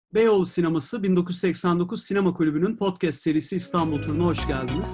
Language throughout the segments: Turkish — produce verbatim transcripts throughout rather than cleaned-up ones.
Beyoğlu Sineması bin dokuz yüz seksen dokuz Sinema Kulübü'nün podcast serisi İstanbul Turu'na hoş geldiniz.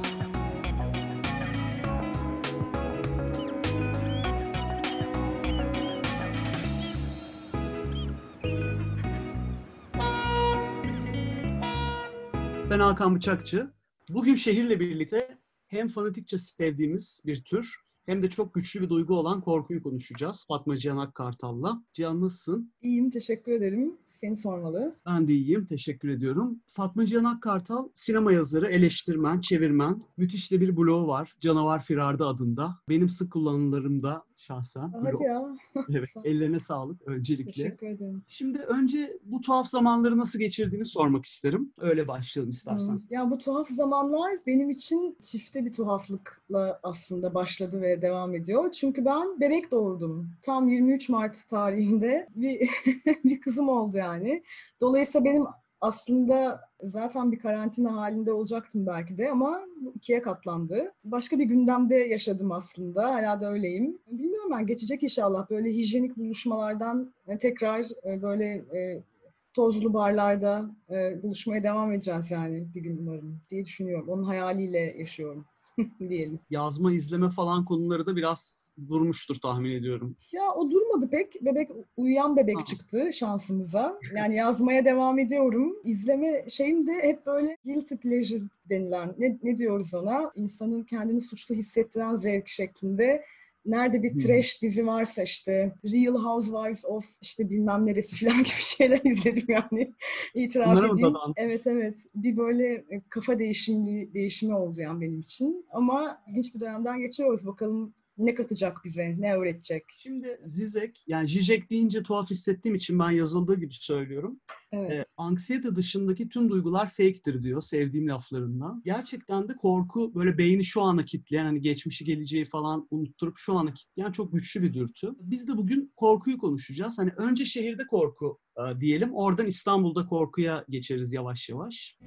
Ben Hakan Bıçakçı. Bugün şehirle birlikte hem fanatikçe sevdiğimiz bir tür hem de çok güçlü bir duygu olan korkuyu konuşacağız. Fatma Cihan Akkartal'la. Cihan nasılsın? İyiyim, teşekkür ederim. Seni sormalı. Ben de iyiyim, teşekkür ediyorum. Fatma Cihan Akkartal, sinema yazarı, eleştirmen, çevirmen. Müthiş de bir blogu var. Canavar Firarda adında. Benim sık kullanılarımda şahsen Hadi blog. ya. Evet, ellerine sağlık öncelikle. Teşekkür ederim. Şimdi önce bu tuhaf zamanları nasıl geçirdiğini sormak isterim. Öyle başlayalım istersen. Hmm. Ya bu tuhaf zamanlar benim için çifte bir tuhaflıkla aslında başladı ve devam ediyor. Çünkü ben bebek doğurdum. Tam yirmi üç Mart tarihinde bir, bir kızım oldu yani. Dolayısıyla benim aslında zaten bir karantina halinde olacaktım belki de ama bu ikiye katlandı. Başka bir gündemde yaşadım aslında. Hala da öyleyim. Bilmiyorum ben geçecek inşallah. Böyle hijyenik buluşmalardan tekrar böyle e, tozlu barlarda e, buluşmaya devam edeceğiz yani bir gün umarım diye düşünüyorum. Onun hayaliyle yaşıyorum diyelim. Yazma, izleme falan konuları da biraz durmuştur tahmin ediyorum. Ya o durmadı pek. Bebek uyuyan bebek Ha. çıktı şansımıza. Yani yazmaya devam ediyorum. İzleme şeyim de hep böyle guilty pleasure denilen ne, ne diyoruz ona? İnsanın kendini suçlu hissettiren zevk şeklinde. Nerede bir trash dizi varsa işte Real Housewives of işte bilmem neresi falan gibi şeyler izledim yani. İtiraf Bunlara mı edeyim. dadan? Evet evet. Bir böyle kafa değişimli değişimi oldu yani benim için. Ama ilginç bir dönemden geçiyoruz. Bakalım ne katacak bize, ne öğretecek? Şimdi Zizek, yani Zizek deyince tuhaf hissettiğim için ben yazıldığı gibi söylüyorum. Evet. E, anksiyete dışındaki tüm duygular fake'tir diyor sevdiğim laflarından. Gerçekten de korku böyle beyni şu ana kitleyen, hani geçmişi geleceği falan unutturup şu ana kitleyen çok güçlü bir dürtü. Biz de bugün korkuyu konuşacağız. Hani önce şehirde korku e, diyelim, oradan İstanbul'da korkuya geçeriz yavaş yavaş.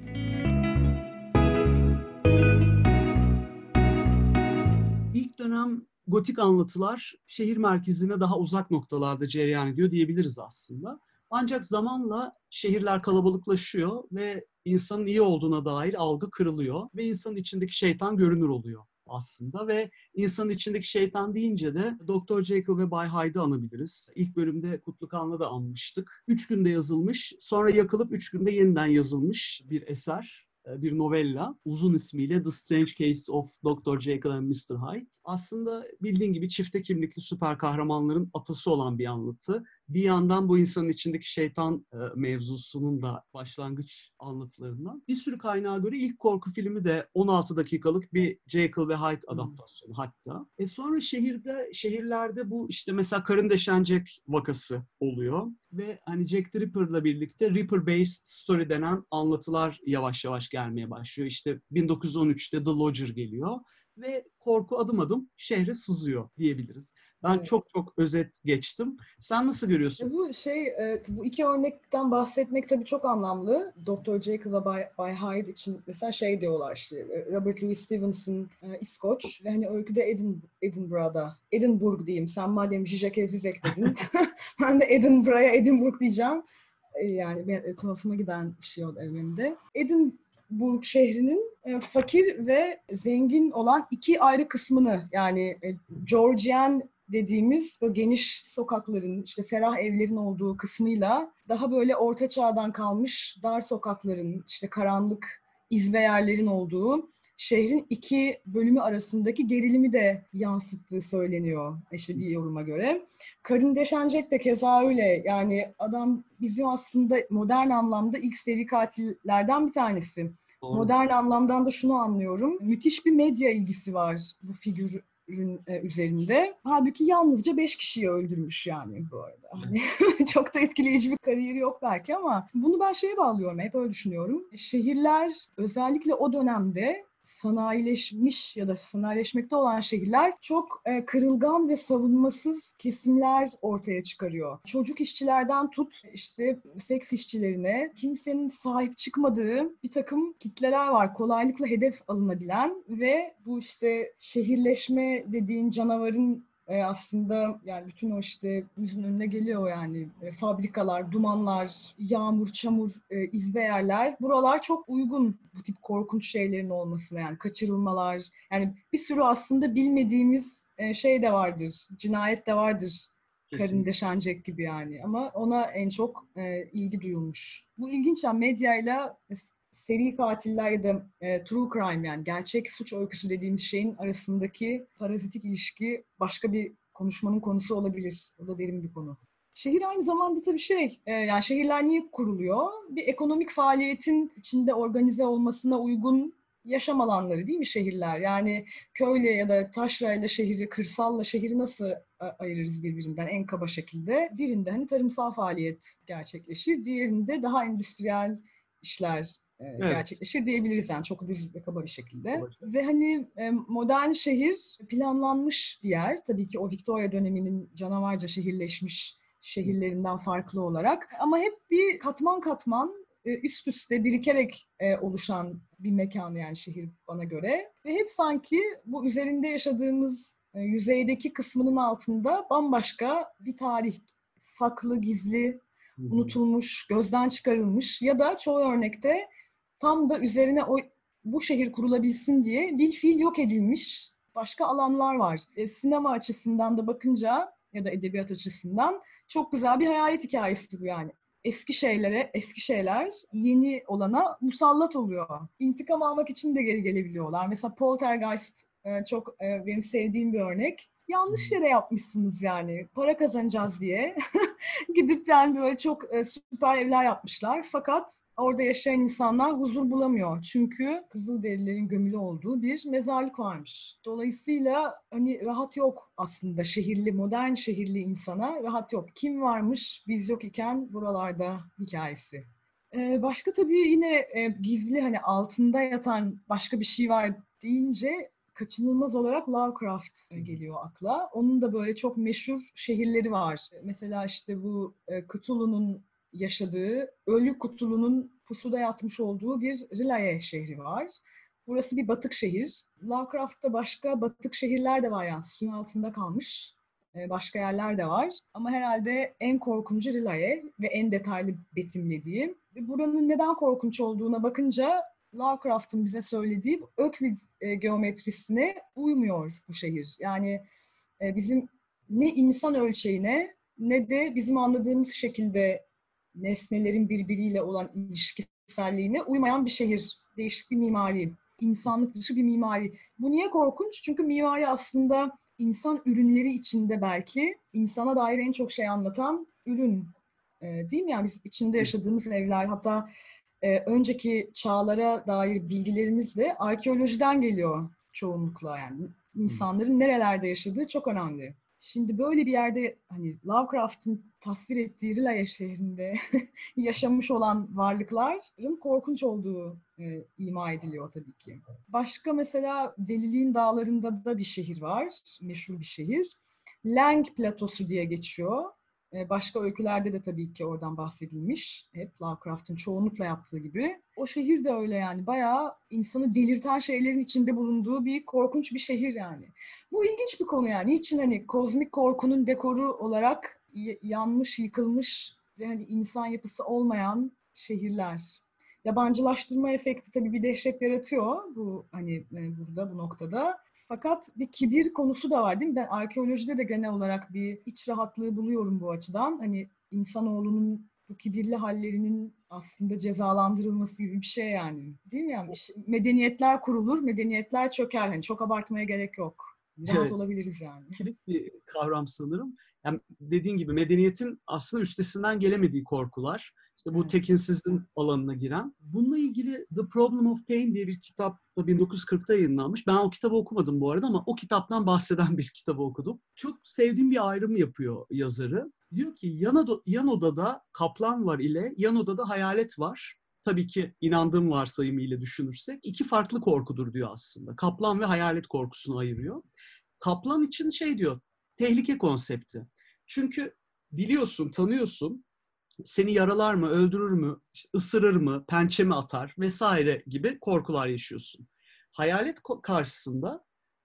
İlk dönem gotik anlatılar şehir merkezine daha uzak noktalarda cereyan ediyor diyebiliriz aslında. Ancak zamanla şehirler kalabalıklaşıyor ve insanın iyi olduğuna dair algı kırılıyor ve insanın içindeki şeytan görünür oluyor aslında ve insanın içindeki şeytan deyince de doktor Jekyll ve Bay Hyde'ı anabiliriz. İlk bölümde Kutlukan'la da anmıştık. Üç günde yazılmış, sonra yakılıp üç günde yeniden yazılmış bir eser. Bir novella. Uzun ismiyle The Strange Case of doktor Jekyll and mister Hyde. Aslında bildiğin gibi çifte kimlikli süper kahramanların atası olan bir anlatı. Bir yandan bu insanın içindeki şeytan e, mevzusunun da başlangıç anlatılarından. Bir sürü kaynağa göre ilk korku filmi de on altı dakikalık bir Jekyll ve Hyde adaptasyonu hatta. E sonra şehirde, şehirlerde bu işte mesela Karın Deşen Jack vakası oluyor. Ve hani Jack the Ripper'la birlikte Ripper-based story denen anlatılar yavaş yavaş gelmeye başlıyor. İşte bin dokuz yüz on üçte The Lodger geliyor ve korku adım adım şehre sızıyor diyebiliriz. Ben Evet. çok çok özet geçtim. Sen nasıl görüyorsun? E bu şey, e, bu iki örnekten bahsetmek tabii çok anlamlı. doktor Jekyll ve Bay, Bay Hyde için mesela şey diyorlar işte, e, Robert Louis Stevenson e, İskoç ve hani öyküde Edin, Edinburgh'da, Edinburgh diyeyim. Sen madem Zizek'e Zizek dedin, ben de Edinburgh'a Edinburgh diyeceğim. E, yani ben, e, tuhafıma giden bir şey oldu evimde. Edinburgh şehrinin e, fakir ve zengin olan iki ayrı kısmını yani e, Georgian dediğimiz o geniş sokakların, işte ferah evlerin olduğu kısmıyla daha böyle orta çağdan kalmış dar sokakların, işte karanlık izbe yerlerin olduğu şehrin iki bölümü arasındaki gerilimi de yansıttığı söyleniyor işte bir yoruma göre. Karın Deşencek de keza öyle. Yani adam bizim aslında modern anlamda ilk seri katillerden bir tanesi. Doğru. Modern anlamdan da şunu anlıyorum. Müthiş bir medya ilgisi var bu figür üzerinde. Halbuki yalnızca beş kişiyi öldürmüş yani bu arada. Hani çok da etkileyici bir kariyeri yok belki ama bunu ben şeye bağlıyorum. Hep öyle düşünüyorum. Şehirler özellikle o dönemde sanayileşmiş ya da sanayileşmekte olan şehirler çok e, kırılgan ve savunmasız kesimler ortaya çıkarıyor. Çocuk işçilerden tut işte seks işçilerine kimsenin sahip çıkmadığı bir takım kitleler var. Kolaylıkla hedef alınabilen ve bu işte şehirleşme dediğin canavarın e, aslında yani bütün o işte yüzün önüne geliyor yani e, fabrikalar, dumanlar, yağmur, çamur, e, izbeyerler. Buralar çok uygun bu tip korkunç şeylerin olmasına yani kaçırılmalar. Yani bir sürü aslında bilmediğimiz e, şey de vardır, cinayet de vardır. Karinde Kesinlikle. Şancek gibi yani ama ona en çok e, ilgi duyulmuş. Bu ilginç yani medyayla e, seri katiller ya da e, true crime yani gerçek suç öyküsü dediğimiz şeyin arasındaki parazitik ilişki başka bir konuşmanın konusu olabilir. O da derin bir konu. Şehir aynı zamanda tabii şey, e, yani şehirler niye kuruluyor? Bir ekonomik faaliyetin içinde organize olmasına uygun yaşam alanları değil mi şehirler? Yani köyle ya da taşrayla şehri, kırsalla şehri nasıl ayırırız birbirinden en kaba şekilde? Birinde hani tarımsal faaliyet gerçekleşir, diğerinde daha endüstriyel işler e, Evet. gerçekleşir diyebiliriz yani çok düz ve kaba bir şekilde. Olabilir. Ve hani e, modern şehir planlanmış bir yer. Tabii ki o Victoria döneminin canavarca şehirleşmiş şehirlerinden farklı olarak. Ama hep bir katman katman üst üste birikerek oluşan bir mekan yani şehir bana göre. Ve hep sanki bu üzerinde yaşadığımız yüzeydeki kısmının altında bambaşka bir tarih saklı, gizli, Hı hı. unutulmuş, gözden çıkarılmış ya da çoğu örnekte tam da üzerine o bu şehir kurulabilsin diye bir fiil yok edilmiş başka alanlar var. E, sinema açısından da bakınca ya da edebiyat açısından çok güzel bir hayalet hikayesi bu yani. Eski şeylere, eski şeyler yeni olana musallat oluyor. İntikam almak için de geri gelebiliyorlar. Mesela Poltergeist e, çok e, benim sevdiğim bir örnek. Hı Yanlış yere yapmışsınız yani. Para kazanacağız diye. Gidip yani böyle çok e, süper evler yapmışlar. Fakat orada yaşayan insanlar huzur bulamıyor. Çünkü Kızılderililerin gömülü olduğu bir mezarlık varmış. Dolayısıyla hani rahat yok aslında şehirli, modern şehirli insana rahat yok. Kim varmış biz yok iken buralarda hikayesi. Ee, başka tabii yine e, gizli hani altında yatan başka bir şey var deyince kaçınılmaz olarak Lovecraft hı. geliyor akla. Onun da böyle çok meşhur şehirleri var. Mesela işte bu e, Cthulhu'nun yaşadığı, Ölü Cthulhu'nun pusuda yatmış olduğu bir Rilaye şehri var. Burası bir batık şehir. Lovecraft'ta başka batık şehirler de var yani suyun altında kalmış. E, başka yerler de var. Ama herhalde en korkuncu Rilaye ve en detaylı betimlediği. Ve buranın neden korkunç olduğuna bakınca Lovecraft'ın bize söylediği Öklid e, geometrisine uymuyor bu şehir. Yani e, bizim ne insan ölçeğine ne de bizim anladığımız şekilde nesnelerin birbiriyle olan ilişkiselliğine uymayan bir şehir. Değişik bir mimari, insanlık dışı bir mimari. Bu niye korkunç? Çünkü mimari aslında insan ürünleri içinde belki insana dair en çok şey anlatan ürün. E, değil mi? Yani biz içinde yaşadığımız evler, hatta e, önceki çağlara dair bilgilerimiz de arkeolojiden geliyor çoğunlukla yani. Hı. İnsanların nerelerde yaşadığı çok önemli. Şimdi böyle bir yerde hani Lovecraft'ın tasvir ettiği Rilaya şehrinde yaşamış olan varlıkların korkunç olduğu e, ima ediliyor tabii ki. Başka mesela Deliliğin Dağları'nda da bir şehir var, meşhur bir şehir. Lang Platosu diye geçiyor. Başka öykülerde de tabii ki oradan bahsedilmiş. Hep Lovecraft'ın çoğunlukla yaptığı gibi. O şehir de öyle yani. Bayağı insanı delirten şeylerin içinde bulunduğu bir korkunç bir şehir yani. Bu ilginç bir konu yani. Niçin hani kozmik korkunun dekoru olarak yanmış, yıkılmış ve hani insan yapısı olmayan şehirler. Yabancılaştırma efekti tabii bir dehşet yaratıyor bu hani burada bu noktada. Fakat bir kibir konusu da var değil mi? Ben arkeolojide de genel olarak bir iç rahatlığı buluyorum bu açıdan. Hani insanoğlunun bu kibirli hallerinin aslında cezalandırılması gibi bir şey yani. Değil mi yani? Medeniyetler kurulur, medeniyetler çöker. Hani çok abartmaya gerek yok. Rahat Evet. olabiliriz yani. Kilit bir kavram sanırım. Yani dediğin gibi medeniyetin aslında üstesinden gelemediği korkular. İşte bu Evet. tekinsizliğin alanına giren. Bununla ilgili The Problem of Pain diye bir kitap da bin dokuz yüz kırkta yayınlanmış. Ben o kitabı okumadım bu arada ama o kitaptan bahseden bir kitabı okudum. Çok sevdiğim bir ayrım yapıyor yazarı. Diyor ki yan, oda, yan odada kaplan var ile yan odada hayalet var. Tabii ki inandığım varsayımı ile düşünürsek iki farklı korkudur diyor aslında. Kaplan ve hayalet korkusunu ayırıyor. Kaplan için şey diyor, tehlike konsepti. Çünkü biliyorsun, tanıyorsun, seni yaralar mı, öldürür mü, işte ısırır mı, pençe mi atar vesaire gibi korkular yaşıyorsun. Hayalet karşısında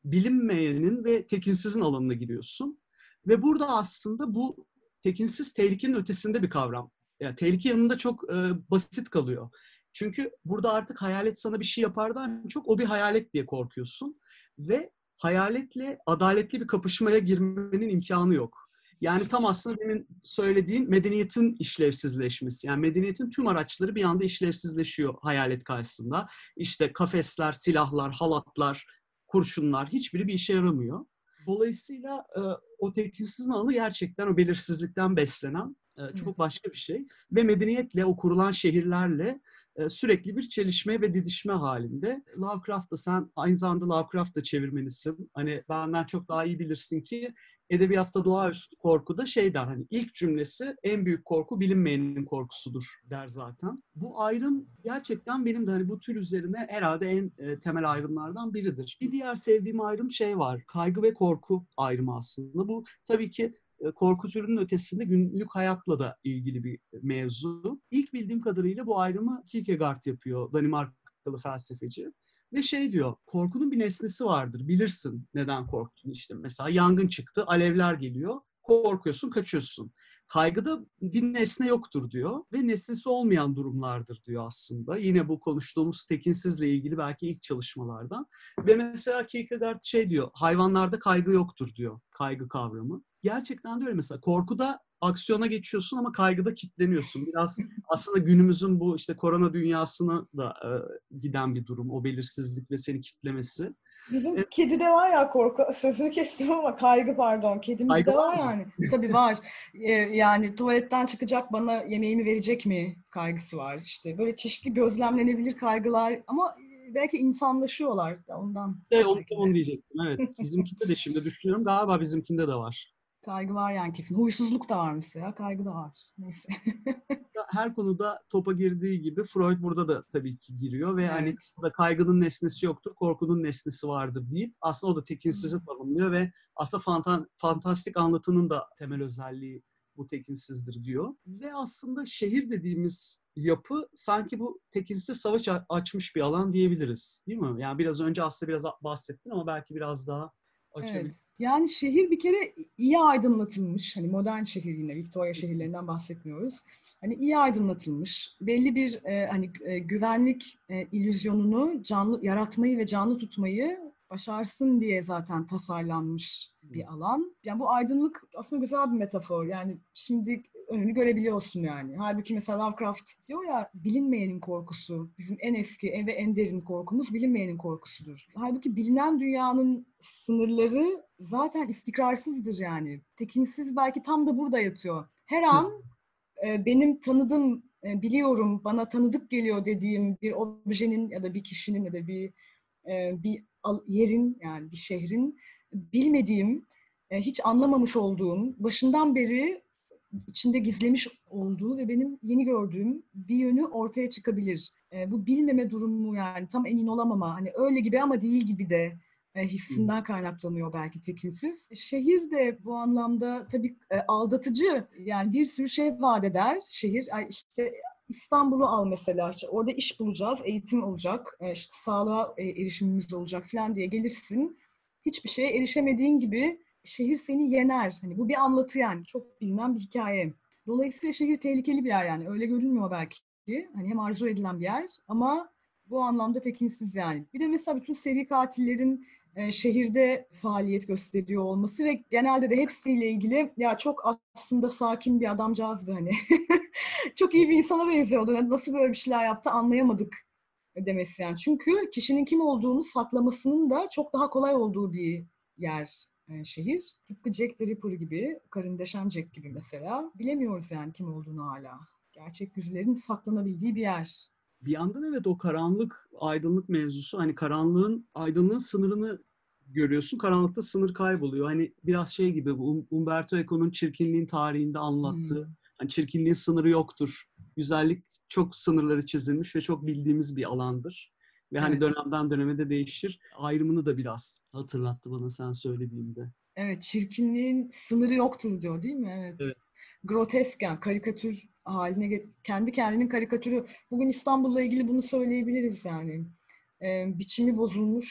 bilinmeyenin ve tekinsizin alanına giriyorsun. Ve burada aslında bu tekinsiz tehlikenin ötesinde bir kavram. Yani tehlike yanında çok e, basit kalıyor. Çünkü burada artık hayalet sana bir şey yapardan çok o bir hayalet diye korkuyorsun. Ve hayaletle adaletli bir kapışmaya girmenin imkanı yok. Yani tam aslında demin söylediğin medeniyetin işlevsizleşmesi. Yani medeniyetin tüm araçları bir anda işlevsizleşiyor hayalet karşısında. İşte kafesler, silahlar, halatlar, kurşunlar hiçbiri bir işe yaramıyor. Dolayısıyla e, o tekinsizin alanı gerçekten o belirsizlikten beslenen e, çok başka bir şey. Ve medeniyetle, o kurulan şehirlerle e, sürekli bir çelişme ve didişme halinde. Lovecraft'ta sen aynı zamanda Lovecraft'ta çevirmenisin. Hani benden çok daha iyi bilirsin ki edebiyatta doğaüstü korkuda şey der, hani ilk cümlesi en büyük korku bilinmeyenin korkusudur der zaten. Bu ayrım gerçekten benim de hani bu tür üzerine herhalde en e, temel ayrımlardan biridir. Bir diğer sevdiğim ayrım şey var, kaygı ve korku ayrımı aslında. Bu tabii ki e, korku türünün ötesinde günlük hayatla da ilgili bir mevzu. İlk bildiğim kadarıyla bu ayrımı Kierkegaard yapıyor, Danimarkalı felsefeci. Ve şey diyor, korkunun bir nesnesi vardır. Bilirsin neden korktun. İşte mesela yangın çıktı, alevler geliyor. Korkuyorsun, kaçıyorsun. Kaygıda bir nesne yoktur diyor. Ve nesnesi olmayan durumlardır diyor aslında. Yine bu konuştuğumuz tekinsizle ilgili belki ilk çalışmalardan. Ve mesela Kierkegaard şey diyor, hayvanlarda kaygı yoktur diyor. Kaygı kavramı. Gerçekten de öyle mesela. Korkuda aksiyona geçiyorsun ama kaygıda kilitleniyorsun. Biraz aslında günümüzün bu işte korona dünyasına da e, giden bir durum. O belirsizlik ve seni kitlemesi. Bizim E, kedide var ya, korku, sözünü kestim ama kaygı, pardon. kaygı Kedimizde var var mı? yani. Tabii var. Ee, yani tuvaletten çıkacak, bana yemeğimi verecek mi kaygısı var. İşte böyle çeşitli gözlemlenebilir kaygılar ama belki insanlaşıyorlar da ondan Evet, onu, belki onu de. diyecektim. Evet. Bizimkinde de şimdi düşünüyorum. Galiba bizimkinde de var. Kaygı var yani kesin. Huysuzluk da var mesela. Kaygı da var. Neyse. Her konuda topa girdiği gibi Freud burada da tabii ki giriyor ve hani Evet. da kaygının nesnesi yoktur, korkunun nesnesi vardır deyip aslında o da tekinsizi tanımlıyor ve aslında fantan, fantastik anlatının da temel özelliği bu tekinsizdir diyor. Ve aslında şehir dediğimiz yapı sanki bu tekinsiz savaş açmış bir alan diyebiliriz. Değil mi? Yani biraz önce aslında biraz bahsettin ama belki biraz daha Evet. açabilir. Yani şehir bir kere iyi aydınlatılmış. Hani modern şehir, yine Victoria şehirlerinden bahsetmiyoruz. Hani iyi aydınlatılmış. Belli bir e, hani e, güvenlik e, illüzyonunu canlı yaratmayı ve canlı tutmayı başarsın diye zaten tasarlanmış bir alan. Yani bu aydınlık aslında güzel bir metafor. Yani şimdi önünü görebiliyorsun yani. Halbuki mesela Lovecraft diyor ya, bilinmeyenin korkusu. Bizim en eski ve en derin korkumuz bilinmeyenin korkusudur. Halbuki bilinen dünyanın sınırları zaten istikrarsızdır yani. Tekinsiz belki tam da burada yatıyor. Her an e, benim tanıdığım, e, biliyorum, bana tanıdık geliyor dediğim bir objenin ya da bir kişinin ya da bir e, bir yerin, yani bir şehrin bilmediğim, e, hiç anlamamış olduğum, başından beri içinde gizlemiş olduğu ve benim yeni gördüğüm bir yönü ortaya çıkabilir. E, bu bilmeme durumu, yani tam emin olamama, hani öyle gibi ama değil gibi de e, hissinden kaynaklanıyor belki tekinsiz. Şehir de bu anlamda tabii e, aldatıcı, yani bir sürü şey vaat eder şehir. Ay işte İstanbul'u al mesela, işte orada iş bulacağız, eğitim olacak, e, işte sağlığa e, erişimimiz olacak falan diye gelirsin. Hiçbir şeye erişemediğin gibi şehir seni yener. Hani bu bir anlatı yani. Çok bilinen bir hikaye. Dolayısıyla şehir tehlikeli bir yer yani. Öyle görünmüyor belki. Hani hem arzu edilen bir yer ama bu anlamda tekinsiz yani. Bir de mesela bütün seri katillerin e, şehirde faaliyet gösteriyor olması ve genelde de hepsiyle ilgili ya çok aslında sakin bir adamcağızdı hani. Çok iyi bir insana benziyordu. Nasıl böyle bir şeyler yaptı anlayamadık demesi yani. Çünkü kişinin kim olduğunu saklamasının da çok daha kolay olduğu bir yer, e, şehir. Tıpkı Jack the Ripper gibi, Karın Deşen Jack gibi mesela. Bilemiyoruz yani kim olduğunu hala. Gerçek yüzlerin saklanabildiği bir yer. Bir yandan evet, o karanlık aydınlık mevzusu, hani karanlığın aydınlığın sınırını görüyorsun. Karanlıkta sınır kayboluyor. Hani biraz şey gibi, bu Umberto Eco'nun Çirkinliğin Tarihinde anlattığı, Hmm. hani çirkinliğin sınırı yoktur. Güzellik çok sınırları çizilmiş ve çok bildiğimiz bir alandır. Ve hani Evet. dönemden döneme de değişir. Ayrımını da biraz hatırlattı bana sen söylediğinde. Evet, çirkinliğin sınırı yoktur diyor değil mi? Evet. Evet. Grotesk, yani karikatür haline get- kendi kendinin karikatürü. Bugün İstanbul'la ilgili bunu söyleyebiliriz yani. Ee, biçimi bozulmuş,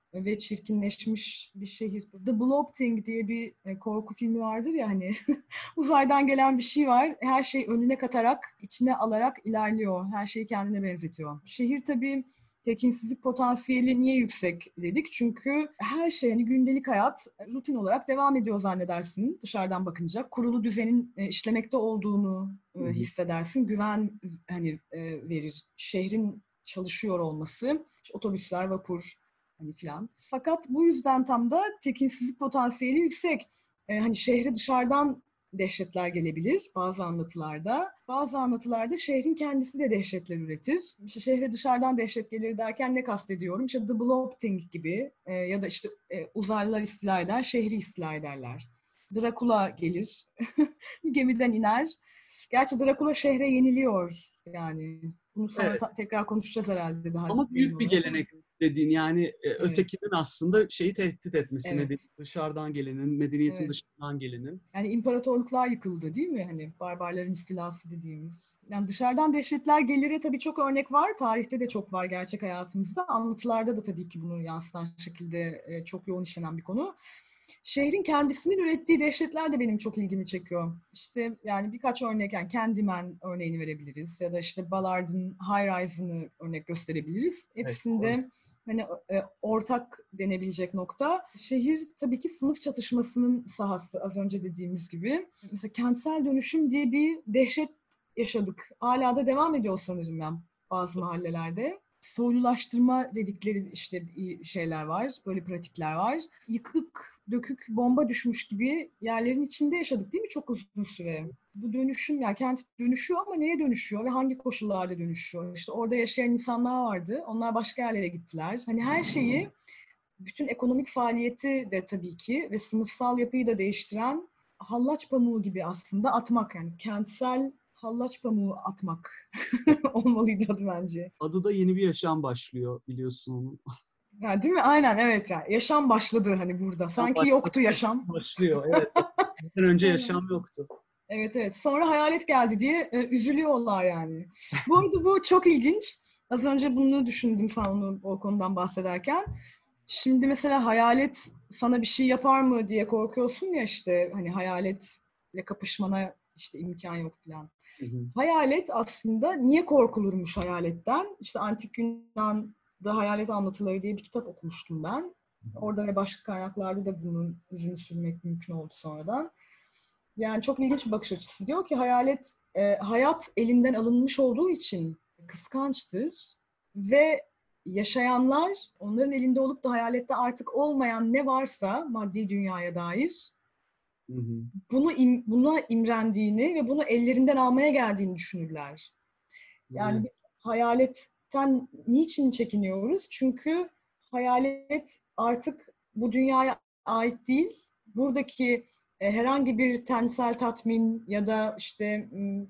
ve çirkinleşmiş bir şehir. The Blob Thing diye bir korku filmi vardır ya hani uzaydan gelen bir şey var. Her şeyi önüne katarak, içine alarak ilerliyor. Her şeyi kendine benzetiyor. Şehir tabii tekinsizlik potansiyeli niye yüksek dedik? Çünkü her şey hani gündelik hayat rutin olarak devam ediyor zannedersin dışarıdan bakınca. Kurulu düzenin işlemekte olduğunu hissedersin. Güven hani verir. Şehrin çalışıyor olması, işte otobüsler, vapur hani filan. Fakat bu yüzden tam da tekinsizlik potansiyeli yüksek. Ee, hani şehre dışarıdan dehşetler gelebilir bazı anlatılarda. Bazı anlatılarda şehrin kendisi de dehşetler üretir. İşte şehre dışarıdan dehşet gelir derken ne kastediyorum? İşte The Blob Thing gibi e, ya da işte e, uzaylılar istila eder, şehri istila ederler. Dracula gelir, gemiden iner. Gerçi Dracula şehre yeniliyor yani. Bunu sonra Evet. ta- tekrar konuşacağız herhalde daha Ama derin büyük bir olarak. gelenek dediğin yani e, Evet, ötekinin aslında şeyi tehdit etmesini, evet, dışarıdan gelenin, medeniyetin evet. dışarıdan gelenin. Yani imparatorluklar yıkıldı değil mi? Hani barbarların istilası dediğimiz. Yani dışarıdan dehşetler gelire tabii çok örnek var. Tarihte de çok var gerçek hayatımızda. Anlatılarda da tabii ki bunu yansıtan şekilde e, çok yoğun işlenen bir konu. Şehrin kendisinin ürettiği dehşetler de benim çok ilgimi çekiyor. İşte yani birkaç örnek, yani Candyman örneğini verebiliriz ya da işte Ballard'ın High Rise'ını örnek gösterebiliriz. Evet, doğru. Hepsinde hani e, ortak denebilecek nokta şehir tabii ki sınıf çatışmasının sahası, az önce dediğimiz gibi. Mesela kentsel dönüşüm diye bir dehşet yaşadık. Hala da devam ediyor sanırım ben bazı mahallelerde. Soylulaştırma dedikleri işte şeyler var, böyle pratikler var. Yıkık, dökük, bomba düşmüş gibi yerlerin içinde yaşadık değil mi çok uzun süre? Bu dönüşüm, yani kent dönüşüyor ama neye dönüşüyor ve hangi koşullarda dönüşüyor? İşte orada yaşayan insanlar vardı, onlar başka yerlere gittiler. Hani her şeyi, bütün ekonomik faaliyeti de tabii ki ve sınıfsal yapıyı da değiştiren hallaç pamuğu gibi aslında atmak, yani kentsel hallaç pamuğu atmak olmalıydı adı bence. Adı da yeni bir yaşam başlıyor biliyorsun onun. Ya, değil mi? Aynen, evet. Yani yaşam başladı hani burada. Tam Sanki başladı, yoktu yaşam. başlıyor. Evet. Bizden önce Aynen. yaşam yoktu. Evet, evet. Sonra hayalet geldi diye e, üzülüyorlar yani. Bu arada bu çok ilginç. Az önce bunu düşündüm sen onu, o konudan bahsederken. Şimdi mesela hayalet sana bir şey yapar mı diye korkuyorsun ya, işte hani hayaletle kapışmana işte imkan yok falan. Hı hı. Hayalet aslında niye korkulurmuş hayaletten? İşte Antik Yunan'da Hayalet Anlatıları diye bir kitap okumuştum ben. Orada ve başka kaynaklarda da bunun izini sürmek mümkün oldu sonradan. Yani çok ilginç bir bakış açısı. Diyor ki hayalet e, hayat elinden alınmış olduğu için kıskançtır ve yaşayanlar, onların elinde olup da hayalette artık olmayan ne varsa maddi dünyaya dair, Hı hı. bunu im, buna imrendiğini ve bunu ellerinden almaya geldiğini düşünürler. Yani Evet. biz hayaletten niçin çekiniyoruz? Çünkü hayalet artık bu dünyaya ait değil. Buradaki e, herhangi bir tensel tatmin ya da işte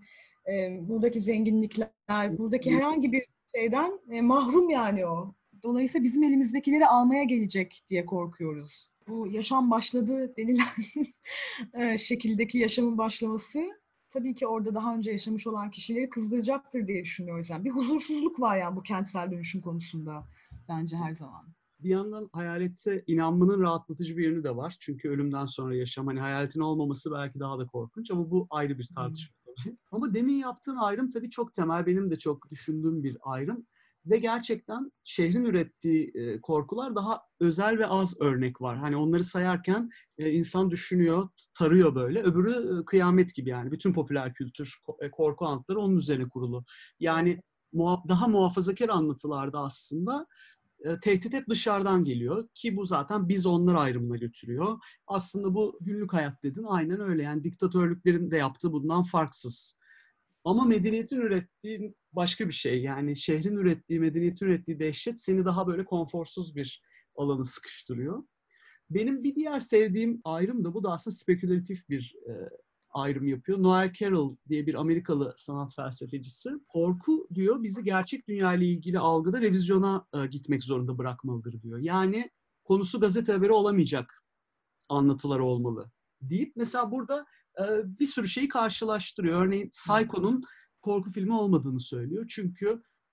e, buradaki zenginlikler, buradaki herhangi bir şeyden e, mahrum yani o. Dolayısıyla bizim elimizdekileri almaya gelecek diye korkuyoruz. Bu yaşam başladı denilen e, şekildeki yaşamın başlaması tabii ki orada daha önce yaşamış olan kişileri kızdıracaktır diye düşünüyoruz. Yani bir huzursuzluk var yani bu kentsel dönüşüm konusunda bence her zaman. Bir yandan hayalete inanmanın rahatlatıcı bir yönü de var. Çünkü ölümden sonra yaşam, hani hayaletin olmaması belki daha da korkunç ama bu ayrı bir tartışma tabii. Ama demin yaptığın ayrım tabii çok temel, benim de çok düşündüğüm bir ayrım. Ve gerçekten şehrin ürettiği e, korkular daha özel ve az örnek var. Hani onları sayarken e, insan düşünüyor, tarıyor böyle. Öbürü e, kıyamet gibi yani. Bütün popüler kültür, ko- e, korku anlatıları onun üzerine kurulu. Yani muha- daha muhafazakar anlatılarda aslında e, tehdit hep dışarıdan geliyor ki bu zaten biz onlar ayrımına götürüyor. Aslında bu günlük hayat dedin, aynen öyle. Yani diktatörlüklerin de yaptığı bundan farksız. Ama medeniyetin ürettiği başka bir şey. Yani şehrin ürettiği, medeniyetin ürettiği dehşet seni daha böyle konforsuz bir alanı sıkıştırıyor. Benim bir diğer sevdiğim ayrım da bu da aslında spekülatif bir e, ayrım yapıyor. Noel Carroll diye bir Amerikalı sanat felsefecisi. Korku diyor bizi gerçek dünya ile ilgili algıda revizyona e, gitmek zorunda bırakmalıdır diyor. Yani konusu gazete haberi olamayacak anlatılar olmalı deyip mesela burada e, bir sürü şeyi karşılaştırıyor. Örneğin Psycho'nun korku filmi olmadığını söylüyor. Çünkü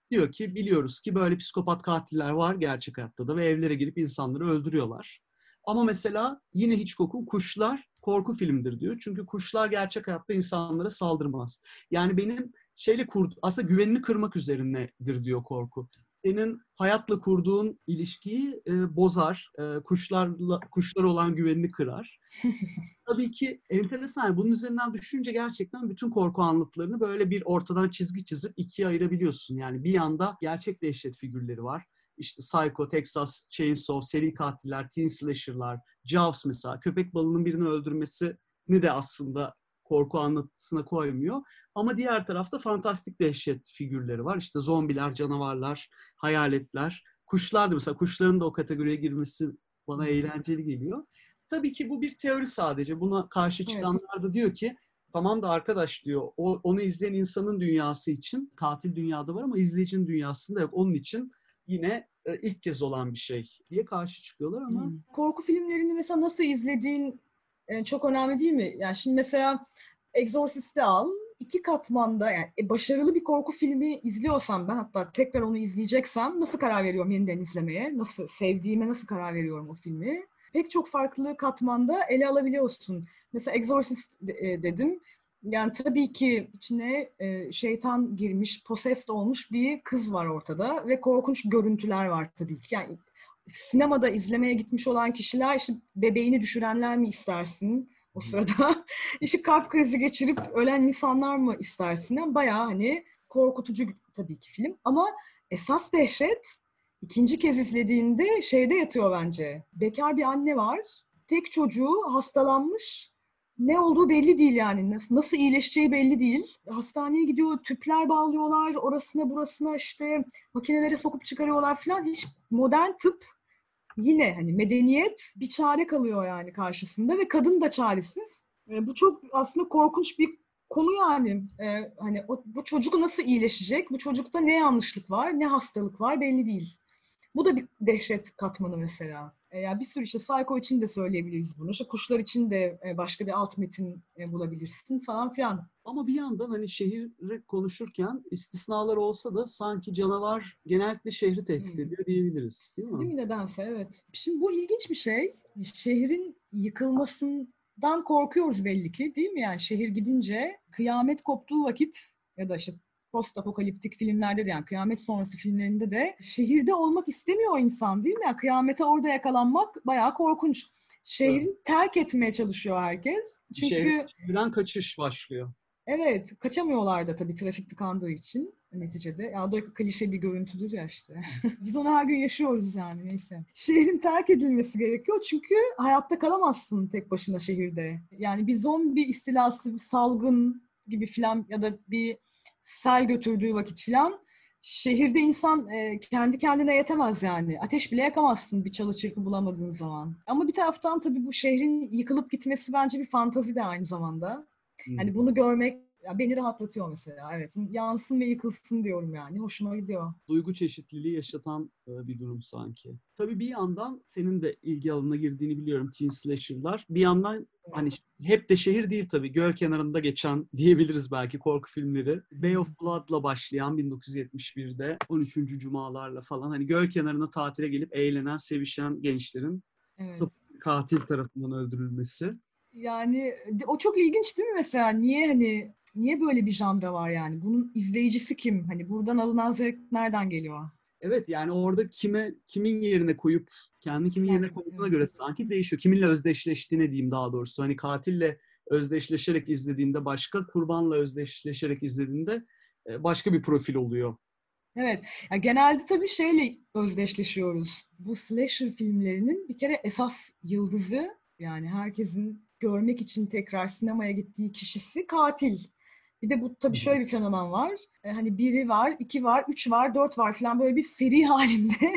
Diyor ki biliyoruz ki böyle psikopat katiller var gerçek hayatta da ve evlere girip insanları öldürüyorlar. Ama mesela yine Hitchcock'un Kuşlar korku filmidir diyor. Çünkü kuşlar gerçek hayatta insanlara saldırmaz. Yani benim şeyle kurdu, aslında güvenini kırmak üzerinedir diyor korku. Senin hayatla kurduğun ilişkiyi e, bozar, e, kuşlarla kuşlar olan güvenini kırar. Tabii ki enteresan. Bunun üzerinden düşününce gerçekten bütün korku anlatılarını böyle bir ortadan çizgi çizip ikiye ayırabiliyorsun. Yani bir yanda gerçek dehşet figürleri var. İşte Psycho, Texas Chainsaw, seri katiller, teen slasher'lar, Jaws mesela. Köpek balığının birini öldürmesini de aslında korku anlatısına koymuyor. Ama diğer tarafta fantastik dehşet figürleri var. İşte zombiler, canavarlar, hayaletler. Kuşlar da mesela, kuşların da o kategoriye girmesi bana eğlenceli geliyor. Tabii ki bu bir teori sadece. Buna karşı Evet. çıkanlar da diyor ki tamam da arkadaş diyor o, onu izleyen insanın dünyası için katil dünyada var ama izleyicinin dünyasında yok. Onun için yine e, ilk kez olan bir şey diye karşı çıkıyorlar ama Hmm. Korku filmlerini mesela nasıl izlediğin e, çok önemli değil mi? Yani şimdi mesela Exorcist'i al. İki katmanda yani e, başarılı bir korku filmi izliyorsam ben hatta tekrar onu izleyeceksem nasıl karar veriyorum yeniden izlemeye? Nasıl sevdiğime nasıl karar veriyorum o filmi? Pek çok farklı katmanda ele alabiliyorsun. Mesela Exorcist e, dedim. Yani tabii ki içine e, şeytan girmiş, possessed olmuş bir kız var ortada ve korkunç görüntüler var tabii ki. Yani sinemada izlemeye gitmiş olan kişiler işte bebeğini düşürenler mi istersin o sırada? İşte kalp krizi geçirip ölen insanlar mı istersin? Yani bayağı hani korkutucu tabii ki film. Ama esas dehşet ikinci kez izlediğinde şeyde yatıyor bence. Bekar bir anne var. Tek çocuğu hastalanmış. Ne olduğu belli değil yani. Nasıl, nasıl iyileşeceği belli değil. Hastaneye gidiyor, tüpler bağlıyorlar. Orasına burasına işte makinelere sokup çıkarıyorlar falan. Hiç modern tıp yine hani medeniyet bir çare kalıyor yani karşısında ve kadın da çaresiz. E, bu çok aslında korkunç bir konu yani. E, hani o, bu çocuk nasıl iyileşecek? Bu çocukta ne yanlışlık var, ne hastalık var belli değil. Bu da bir dehşet katmanı mesela. E, yani bir sürü işte Psycho için de söyleyebiliriz bunu. İşte Kuşlar için de e, başka bir alt metin e, bulabilirsin falan filan. ama bir yandan hani şehri konuşurken istisnalar olsa da sanki canavar genellikle şehri tehdit Hmm. ediyor diyebiliriz, değil mi? Değil mi nedense evet. Şimdi bu ilginç bir şey. Şehrin yıkılmasından korkuyoruz belli ki değil mi? Yani şehir gidince kıyamet koptuğu vakit ya da işte post apokaliptik filmlerde de yani kıyamet sonrası filmlerinde de şehirde olmak istemiyor insan değil mi? Yani kıyamete orada yakalanmak bayağı korkunç. Evet. Şehrin terk etmeye çalışıyor herkes. Şehre, Çünkü şehirden kaçış başlıyor. evet, kaçamıyorlar da tabii trafik tıkandığı için neticede. Ya o da klişe bir görüntüdür ya işte. Biz onu her gün yaşıyoruz yani neyse. Şehrin terk edilmesi gerekiyor çünkü hayatta kalamazsın tek başına şehirde. Yani bir zombi istilası, bir salgın gibi filan ya da bir sel götürdüğü vakit filan şehirde insan e, kendi kendine yetemez yani. Ateş bile yakamazsın bir çalı çırpı bulamadığın zaman. Ama bir taraftan tabii bu şehrin yıkılıp gitmesi bence bir fantazi de aynı zamanda. Hani bunu görmek ya beni rahatlatıyor mesela. Evet. Yansın ve yıkılsın diyorum yani. Hoşuma gidiyor. Duygu çeşitliliği yaşatan e, bir durum sanki. Tabii bir yandan senin de ilgi alanına girdiğini biliyorum teen slasher'lar. Bir yandan hani hep de şehir değil tabii. Göl kenarında geçen diyebiliriz belki korku filmleri. Bay of Blood'la başlayan bin dokuz yüz yetmiş birde on üçüncü Cumalarla falan hani göl kenarına tatile gelip eğlenen, sevişen gençlerin Evet. sırf katil tarafından öldürülmesi. Yani o çok ilginç değil mi mesela? Niye hani niye böyle bir janra var yani? Bunun izleyicisi kim? Hani buradan alınan zevk nereden geliyor? Evet yani orada kime kimin yerine koyup kendi kimin yerine Kendini, koyduğuna evet. göre sanki değişiyor. Kiminle özdeşleştiğine diyeyim daha doğrusu. Hani katille özdeşleşerek izlediğinde başka, kurbanla özdeşleşerek izlediğinde e, başka bir profil oluyor. Evet. Ya genelde tabii şeyle özdeşleşiyoruz. Bu slasher filmlerinin bir kere esas yıldızı yani herkesin görmek için tekrar sinemaya gittiği kişisi katil. Bir de bu tabii şöyle bir fenomen var. E, hani biri var, iki var, üç var, dört var falan böyle bir seri halinde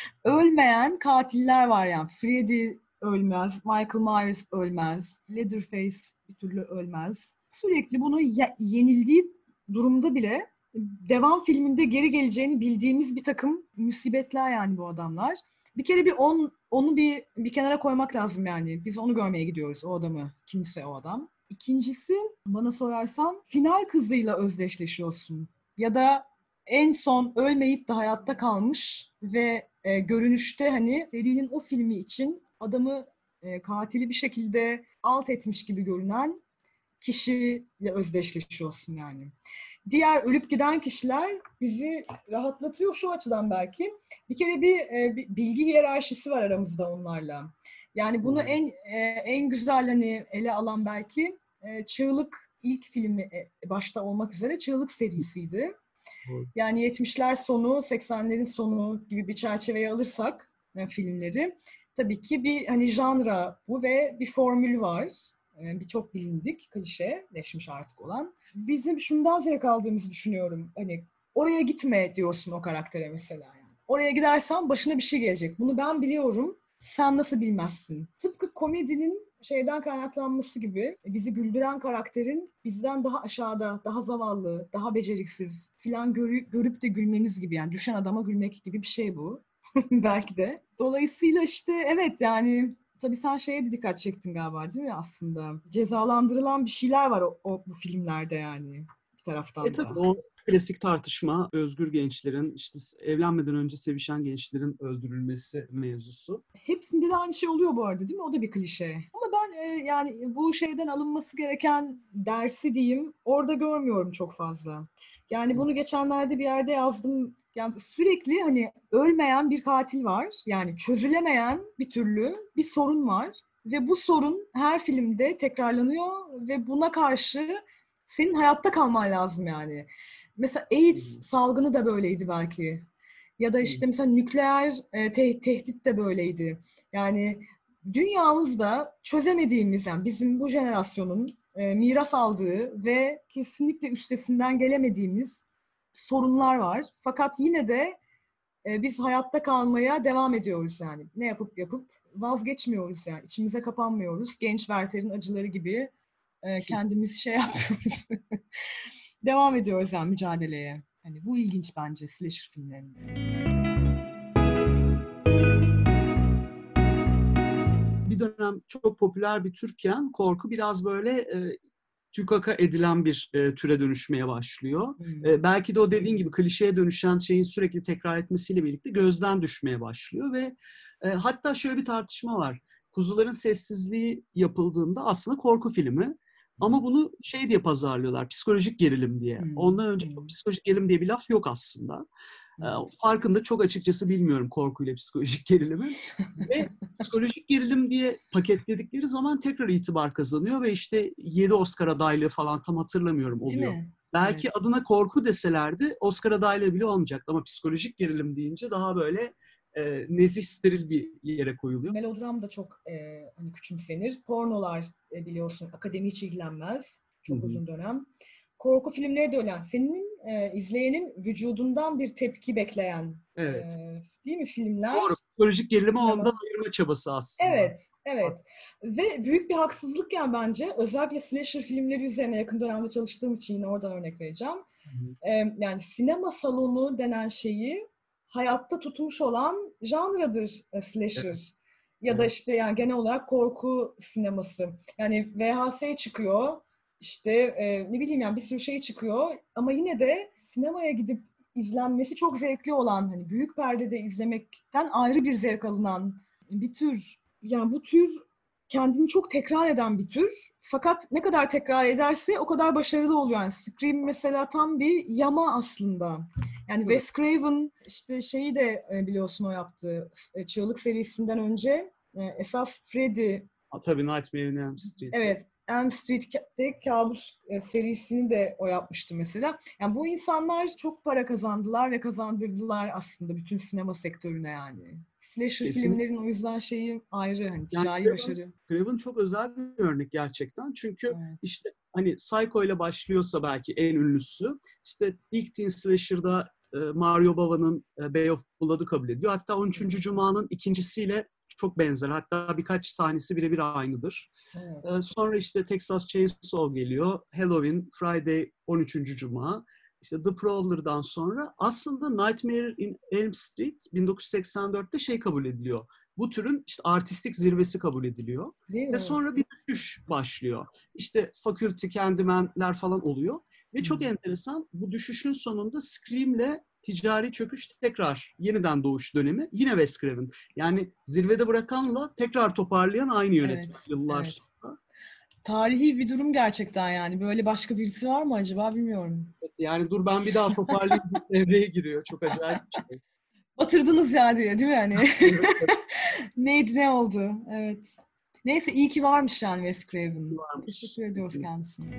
ölmeyen katiller var yani. Freddy ölmez, Michael Myers ölmez, Leatherface bir türlü ölmez. Sürekli bunu ye- yenildiği durumda bile devam filminde geri geleceğini bildiğimiz bir takım musibetler yani bu adamlar. Bir kere bir on, onu bir bir kenara koymak lazım yani. Biz onu görmeye gidiyoruz o adamı. Kimse o adam. İkincisi bana sorarsan final kızıyla özdeşleşiyorsun. Ya da en son ölmeyip de hayatta kalmış ve e, görünüşte hani serinin o filmi için adamı e, katili bir şekilde alt etmiş gibi görünen kişiyle özdeşleşiyorsun yani. Diğer ölüp giden kişiler bizi rahatlatıyor şu açıdan belki. Bir kere bir, e, bir bilgi hiyerarşisi var aramızda onlarla. Yani bunu en e, en güzel hani ele alan belki e, Çığlık ilk filmi e, başta olmak üzere Çığlık serisiydi. Yani yetmişler sonu, seksenlerin sonu gibi bir çerçeveye alırsak yani filmleri tabii ki bir hani janra bu ve bir formül var. Birçok bilindik, klişeleşmiş artık olan. Bizim şundan zevk aldığımızı düşünüyorum. Hani oraya gitme diyorsun o karaktere mesela. Yani. Oraya gidersen başına bir şey gelecek. Bunu ben biliyorum. Sen nasıl bilmezsin? Tıpkı komedinin şeyden kaynaklanması gibi bizi güldüren karakterin bizden daha aşağıda, daha zavallı, daha beceriksiz filan görü- görüp de gülmemiz gibi. Yani düşen adama gülmek gibi bir şey bu. Belki de. Dolayısıyla işte evet yani tabii sen şeye de dikkat çektin galiba değil mi aslında? Cezalandırılan bir şeyler var o, o bu filmlerde yani bir E taraftan da. tabii o klasik tartışma, özgür gençlerin, işte evlenmeden önce sevişen gençlerin öldürülmesi mevzusu. Hepsinde de aynı şey oluyor bu arada değil mi? O da bir klişe. Ama ben e, yani bu şeyden alınması gereken dersi diyeyim orada görmüyorum çok fazla. Yani bunu geçenlerde bir yerde yazdım. Yani sürekli hani ölmeyen bir katil var. Yani çözülemeyen bir türlü bir sorun var. Ve bu sorun her filmde tekrarlanıyor ve buna karşı senin hayatta kalman lazım yani. Mesela AIDS salgını da böyleydi belki. Ya da işte mesela nükleer e, te- tehdit de böyleydi. Yani dünyamızda çözemediğimiz, yani bizim bu jenerasyonun e, miras aldığı ve kesinlikle üstesinden gelemediğimiz sorunlar var. Fakat yine de e, biz hayatta kalmaya devam ediyoruz yani. Ne yapıp yapıp vazgeçmiyoruz yani. İçimize kapanmıyoruz. Genç Werther'in acıları gibi e, kendimiz şey yapıyoruz. Devam ediyoruz yani mücadeleye. Hani bu ilginç bence slasher filmlerinde. Bir dönem çok popüler bir türken korku biraz böyle e, tükaka edilen bir e, türe dönüşmeye başlıyor. Hmm. E, belki de o dediğin gibi klişeye dönüşen şeyin sürekli tekrar etmesiyle birlikte gözden düşmeye başlıyor ve e, hatta şöyle bir tartışma var. Kuzuların Sessizliği yapıldığında aslında korku filmi ama bunu şey diye pazarlıyorlar, psikolojik gerilim diye. Hmm. Ondan önce Hmm. psikolojik gerilim diye bir laf yok aslında. Evet. Farkında çok açıkçası bilmiyorum korkuyla psikolojik gerilimin. Ve psikolojik gerilim diye paketledikleri zaman tekrar itibar kazanıyor ve işte yedi Oscar adaylığı falan tam hatırlamıyorum Değil oluyor. mi? Belki Evet. adına korku deselerdi Oscar adaylığı bile olmayacaktı ama psikolojik gerilim deyince daha böyle e, nezih steril bir yere koyuluyor. Melodram da çok e, hani küçümsenir. Pornolar e, biliyorsun akademi hiç ilgilenmez. Çok Hı hı. uzun dönem. Korku filmleri de öyle. Senin e, izleyenin vücudundan bir tepki bekleyen e, Evet. değil mi filmler? Doğru. Psikolojik gerilimi ondan Sinema. ayırma çabası aslında. Evet, evet. Ve büyük bir haksızlık yani bence. Özellikle slasher filmleri üzerine yakın dönemde çalıştığım için yine oradan örnek vereceğim. Hı hı. Ee, yani sinema salonu denen şeyi hayatta tutmuş olan janradır e, slasher. Evet. Ya da Evet. işte yani genel olarak korku sineması. Yani V H S çıkıyor, işte e, ne bileyim yani bir sürü şey çıkıyor ama yine de sinemaya gidip izlenmesi çok zevkli olan, hani büyük perdede izlemekten ayrı bir zevk alınan bir tür. Yani bu tür kendini çok tekrar eden bir tür. Fakat ne kadar tekrar ederse o kadar başarılı oluyor. Yani Scream mesela tam bir yama aslında. Yani Evet. Wes Craven işte şeyi de biliyorsun o yaptı. Çığlık serisinden önce esas Freddy. Ha, tabii Nightmare on Elm Street'te. Evet. Elm Street'te Kabus serisini de o yapmıştı mesela. Yani bu insanlar çok para kazandılar ve kazandırdılar aslında bütün sinema sektörüne yani. Slasher Kesinlikle. filmlerin o yüzden şeyi ayrı, hani Yani ticari Craven, başarı. Craven çok özel bir örnek gerçekten. Çünkü Evet. işte hani Psycho ile başlıyorsa belki en ünlüsü. İşte ilk Teen Slasher'da e, Mario Bava'nın e, Bay of Blood'ı kabul ediyor. Hatta on üçüncü Cuma'nın ikincisiyle çok benzer. Hatta birkaç sahnesi birebir aynıdır. Evet. E, sonra işte Texas Chainsaw geliyor. Halloween, Friday on üçüncü Cuma. İşte The Prowler'dan sonra aslında Nightmare in Elm Street bin dokuz yüz seksen dörtte şey kabul ediliyor. Bu türün işte artistik zirvesi kabul ediliyor. Değil mi? Ve Evet. sonra bir düşüş başlıyor. İşte Faculty, Candyman'ler falan oluyor. Ve çok enteresan, bu düşüşün sonunda Scream'le ticari çöküş tekrar yeniden doğuş dönemi yine Wes Craven. Yani zirvede bırakanla tekrar toparlayan aynı yönetmen Evet, yıllar evet. sonra. Tarihi bir durum gerçekten yani. Böyle başka birisi var mı acaba bilmiyorum. Yani dur ben bir daha toparlayayım devreye giriyor. Çok acayip bir şey. Batırdınız ya diye değil mi yani? Evet, evet, Neydi ne oldu? Evet. Neyse iyi ki varmış yani Wes Craven. varmış. Teşekkür ediyoruz Kesinlikle. kendisine.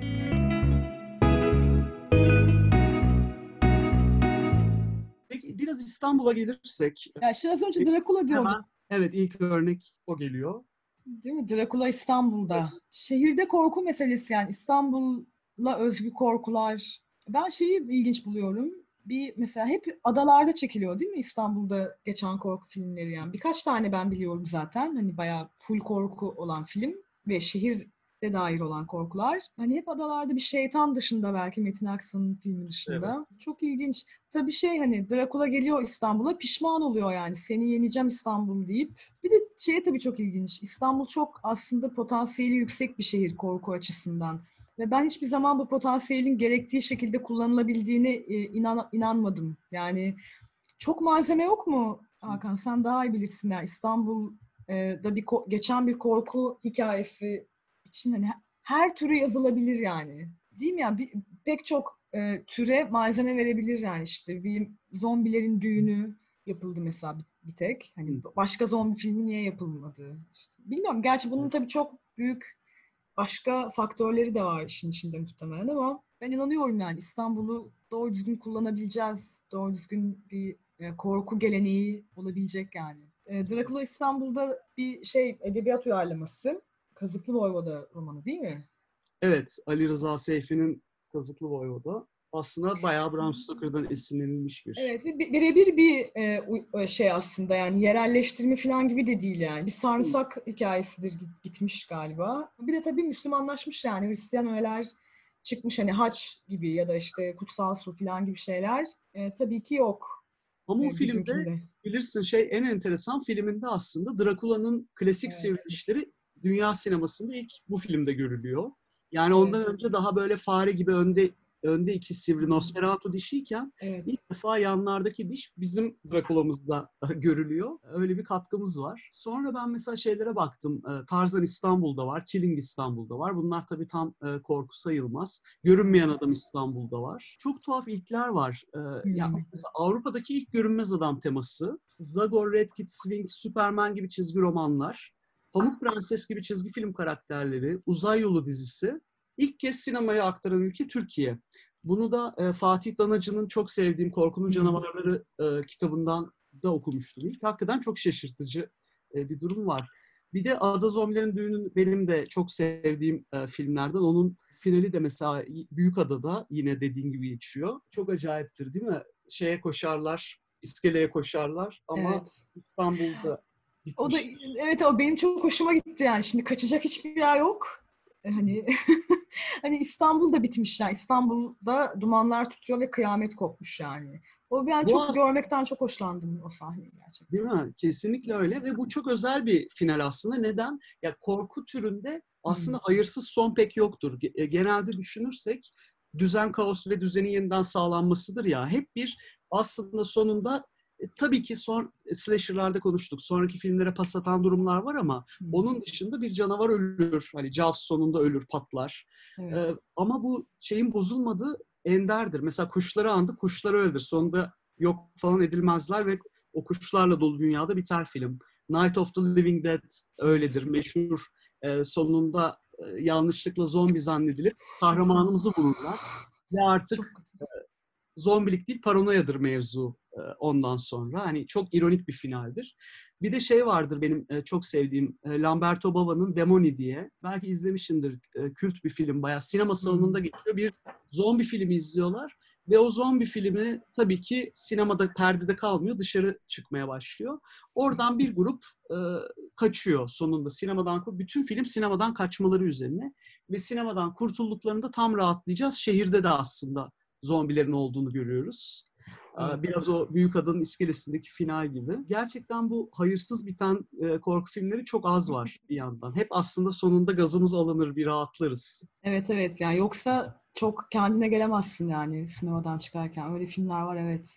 Peki biraz İstanbul'a gelirsek Ya şimdi az önce Dracula diyorduk. hemen evet ilk örnek o geliyor. Değil mi? Dracula İstanbul'da. Şehirde korku meselesi yani İstanbul'a özgü korkular. Ben şeyi ilginç buluyorum. Bir mesela hep adalarda çekiliyor değil mi İstanbul'da geçen korku filmleri yani. Birkaç tane ben biliyorum zaten. Hani bayağı full korku olan film ve şehire dair olan korkular. Hani hep adalarda bir şeytan dışında belki Metin Aksan'ın filmi Evet. dışında. Çok ilginç. Tabii şey hani Dracula geliyor İstanbul'a pişman oluyor yani. Seni yeneceğim İstanbul deyip. Bir de şey tabii çok ilginç. İstanbul çok aslında potansiyeli yüksek bir şehir korku açısından. Ve ben hiçbir zaman bu potansiyelin gerektiği şekilde kullanılabildiğine e, inan, inanmadım. Yani çok malzeme yok mu Hakan? Sen daha iyi bilirsin. Yani İstanbul'da bir geçen bir korku hikayesi için hani her türü yazılabilir yani. Değil mi? Yani bir, pek çok e, türe malzeme verebilir yani işte. Bir zombilerin düğünü yapıldı mesela bir, bir tek. Hani Hı. başka zombi filmi niye yapılmadı? İşte bilmiyorum. Gerçi bunun tabii çok büyük başka faktörleri de var işin içinde muhtemelen ama ben inanıyorum yani İstanbul'u doğru düzgün kullanabileceğiz. Doğru düzgün bir e, korku geleneği olabilecek yani. E, Dracula İstanbul'da bir şey edebiyat uyarlaması. Kazıklı Voyvoda romanı değil mi? Evet, Ali Rıza Seyfi'nin Kazıklı Voyvoda aslında bayağı Bram Stoker'dan esinlenilmiş bir. Evet ve bi- birebir bir e, u- e, şey aslında yani yerelleştirme falan gibi de değil yani. Bir Hı. sarımsak hikayesidir git- gitmiş galiba. Bir de tabii Müslümanlaşmış yani Hristiyan öğeler çıkmış hani haç gibi ya da işte kutsal su falan gibi şeyler. E, tabii ki yok Ama o e, filmde bizimkinde. bilirsin şey en enteresan filminde aslında Drakula'nın klasik Evet, sivrilişleri dünya sinemasında ilk bu filmde görülüyor. Yani evet. ondan önce daha böyle fare gibi önde önde iki sivri Hmm, Nosferatu dişiyken evet. ilk defa yanlardaki diş bizim Drakula'mızda görülüyor. Öyle bir katkımız var. Sonra ben mesela şeylere baktım. E, Tarzan İstanbul'da var, Killing İstanbul'da var. Bunlar tabii tam e, korku sayılmaz. Görünmeyen Adam İstanbul'da var. Çok tuhaf ilkler var. E, ya Hmm, mesela Avrupa'daki ilk görünmez adam teması, Zagor, Red Kit, Swing, Superman gibi çizgi romanlar, Pamuk Prenses gibi çizgi film karakterleri, Uzay Yolu dizisi ilk kez sinemaya aktaran ülke Türkiye. Bunu da e, Fatih Danacı'nın çok sevdiğim Korkunun hmm. Canavarları e, kitabından da okumuştum ilk. Hakikaten çok şaşırtıcı e, bir durum var. Bir de Ada Zombilerin Düğünü benim de çok sevdiğim e, filmlerden. Onun finali de mesela Büyükada'da yine dediğin gibi geçiyor. Çok acayiptir değil mi? Şeye koşarlar, iskeleye koşarlar ama Evet. İstanbul'da O da bitmiş. evet o benim çok hoşuma gitti yani. Şimdi kaçacak hiçbir yer yok. E, Hani hani İstanbul'da bitmiş yani. İstanbul'da dumanlar tutuyor ve kıyamet kopmuş yani. O ben Bu çok görmekten çok hoşlandım o sahneyi Değil gerçekten. mi? Kesinlikle öyle ve bu çok özel bir final aslında. Neden? Ya korku türünde Hmm. aslında hayırsız son pek yoktur. Ge- e, Genelde düşünürsek düzen, kaos ve düzenin yeniden sağlanmasıdır ya. Hep bir aslında sonunda e, tabii ki son e, slasher'larda konuştuk. Sonraki filmlere pas atan durumlar var ama Hmm. onun dışında bir canavar ölür. Hani Jaws sonunda ölür, patlar. E, Evet. ama bu şeyin bozulmadığı enderdir. Mesela kuşları andı, kuşları öldür. Sonunda yok falan edilmezler ve o kuşlarla dolu dünyada biter film. Night of the Living Dead Evet. öyledir. Meşhur e, sonunda e, yanlışlıkla zombi zannedilip Çok kahramanımızı vururlar. Ve çok artık kötü. zombilik değil paranoyadır mevzu e, ondan sonra. Hani çok ironik bir finaldir. Bir de şey vardır benim e, çok sevdiğim e, Lamberto Bava'nın Demoni diye. Belki izlemişsindir. E, kült bir film bayağı. Sinema salonunda Hmm. geçiyor. Bir zombi filmi izliyorlar. Ve o zombi filmi tabii ki sinemada perdede kalmıyor. Dışarı çıkmaya başlıyor. Oradan bir grup e, kaçıyor sonunda. Sinemadan bütün film sinemadan kaçmaları üzerine. Ve sinemadan kurtulduklarında tam rahatlayacağız. Şehirde de aslında zombilerin olduğunu görüyoruz. Evet. Biraz o Büyük Ada'nın iskelesindeki final gibi. Gerçekten bu hayırsız biten e, korku filmleri çok az var bir yandan. Hep aslında sonunda gazımız alınır, bir rahatlarız. Evet evet yani yoksa çok kendine gelemezsin yani sinemadan çıkarken. Öyle filmler var, evet.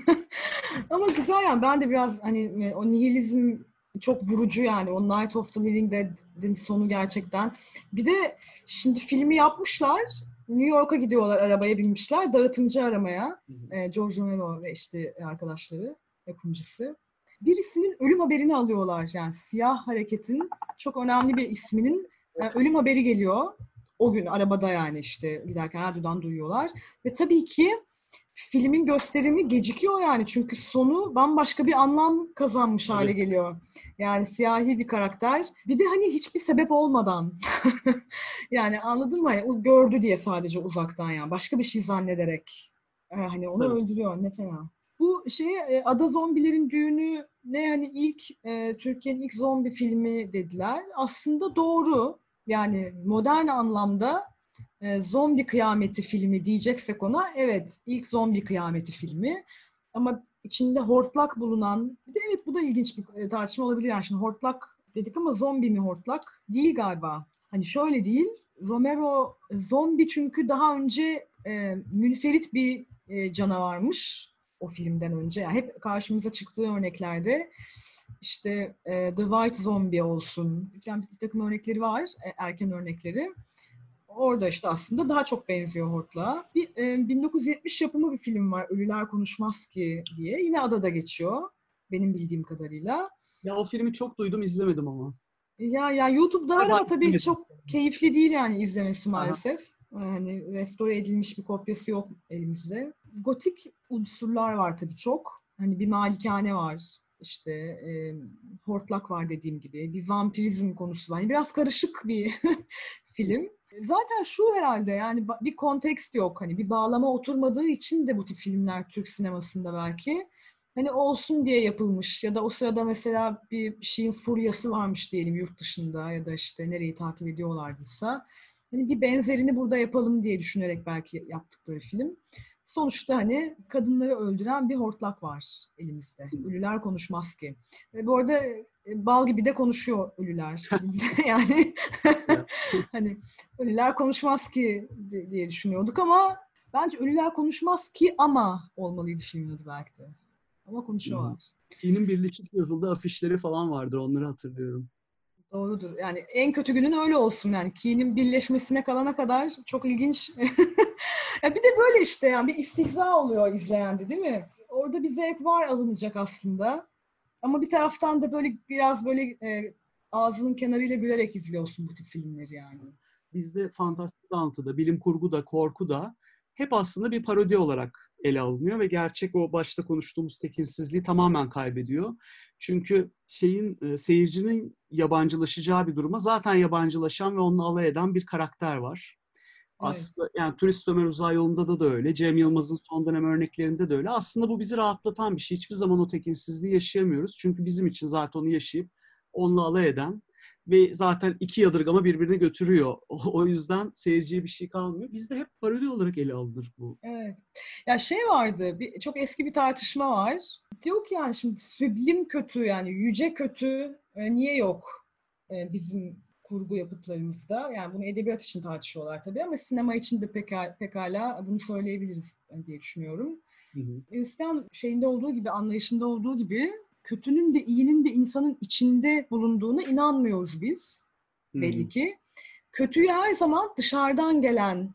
Ama güzel yani. Ben de biraz hani o nihilizm çok vurucu yani. O Night of the Living Dead'in sonu gerçekten. Bir de şimdi filmi yapmışlar. New York'a gidiyorlar, arabaya binmişler. Dağıtımcı aramaya. Ee, George Romero ve işte arkadaşları, yapımcısı. Birisinin ölüm haberini alıyorlar. Yani siyah hareketin çok önemli bir isminin yani ölüm haberi geliyor. O gün arabada yani işte giderken radyodan duyuyorlar. Ve tabii ki filmin gösterimi gecikiyor yani. Çünkü sonu bambaşka bir anlam kazanmış hale Evet. geliyor. Yani siyahi bir karakter. Bir de hani hiçbir sebep olmadan. Yani anladın mı? Yani o gördü diye sadece uzaktan yani. Başka bir şey zannederek. Ee, hani onu Tabii. öldürüyor. Ne fena. Bu şey e, Ada Zombilerin Düğünü ne hani ilk e, Türkiye'nin ilk zombi filmi dediler. Aslında doğru. Yani modern anlamda e, zombi kıyameti filmi diyeceksek ona, evet, ilk zombi kıyameti filmi. Ama içinde hortlak bulunan, bir de evet bu da ilginç bir e, tartışma olabilir. Yani şimdi hortlak dedik ama zombi mi hortlak? Değil galiba. Hani şöyle değil. Romero zombi çünkü daha önce e, münferit bir e, canavarmış o filmden önce. Yani hep karşımıza çıktığı örneklerde işte e, The White Zombie olsun. Yani bir takım örnekleri var, e, erken örnekleri. Orada işte aslında daha çok benziyor Hort'la. Bir, e, bin dokuz yüz yetmiş yapımı bir film var, Ölüler Konuşmaz Ki diye. Yine adada geçiyor benim bildiğim kadarıyla. Ya o filmi çok duydum, izlemedim ama. Ya ya YouTube'da var Galiba ama tabii izlemedim. çok keyifli değil yani izlemesi Aha. maalesef. Yani restore edilmiş bir kopyası yok elimizde. Gotik unsurlar var tabii çok. Hani bir malikane var. İşte e, hortlak var dediğim gibi. Bir vampirizm konusu var. Yani biraz karışık bir film. Zaten şu herhalde yani bir kontekst yok. Hani bir bağlama oturmadığı için de bu tip filmler Türk sinemasında belki hani olsun diye yapılmış ya da o sırada mesela bir şeyin furyası varmış diyelim yurt dışında ya da işte nereyi takip ediyorlardıysa hani bir benzerini burada yapalım diye düşünerek belki yaptıkları film. Sonuçta hani kadınları öldüren bir hortlak var elimizde. Ölüler konuşmaz ki. Ve bu arada e, bal gibi de konuşuyor ölüler filmde. Yani Ya. hani ölüler konuşmaz ki diye düşünüyorduk ama bence ölüler konuşmaz ki ama olmalıydı filmin adı belki de. Ama Hı hı. konuşuyorlar. Filmin birleşik yazılı afişleri falan vardır, onları hatırlıyorum. Doğrudur. Yani en kötü günün öyle olsun yani. Ki'nin birleşmesine kalana kadar çok ilginç. Ya bir de böyle işte yani bir istihza oluyor izleyende değil mi? Orada bir zevk var alınacak aslında. Ama bir taraftan da böyle biraz böyle e, ağzının kenarıyla gülerek izliyorsun bu tip filmleri yani. Bizde fantastik anlatıda, bilim kurgu da, korku da hep aslında bir parodi olarak ele alınıyor ve gerçek o başta konuştuğumuz tekinsizliği tamamen kaybediyor. Çünkü şeyin e, seyircinin yabancılaşacağı bir duruma zaten yabancılaşan ve onunla alay eden bir karakter var. Evet. Aslında yani Turist Ömer Uzay Yolu'nda da da öyle. Cem Yılmaz'ın son dönem örneklerinde de öyle. Aslında bu bizi rahatlatan bir şey. Hiçbir zaman o tekinsizliği yaşayamıyoruz. Çünkü bizim için zaten onu yaşayıp onunla alay eden ve zaten iki yadırgama birbirini götürüyor. O, o yüzden seyirciye bir şey kalmıyor. Bizde hep parodi olarak ele alınır bu. Evet. Ya şey vardı, bir, çok eski bir tartışma var. Diyor ki yani şimdi süblim kötü yani yüce kötü e, niye yok e, bizim kurgu yapıtlarımızda? Yani bunu edebiyat için tartışıyorlar tabii ama sinema için de pekala, pekala bunu söyleyebiliriz diye düşünüyorum. Hı hı. Hristiyan şeyinde olduğu gibi, anlayışında olduğu gibi kötünün de iyinin de insanın içinde bulunduğuna inanmıyoruz biz Hı hı. belli ki. Kötüyü her zaman dışarıdan gelen,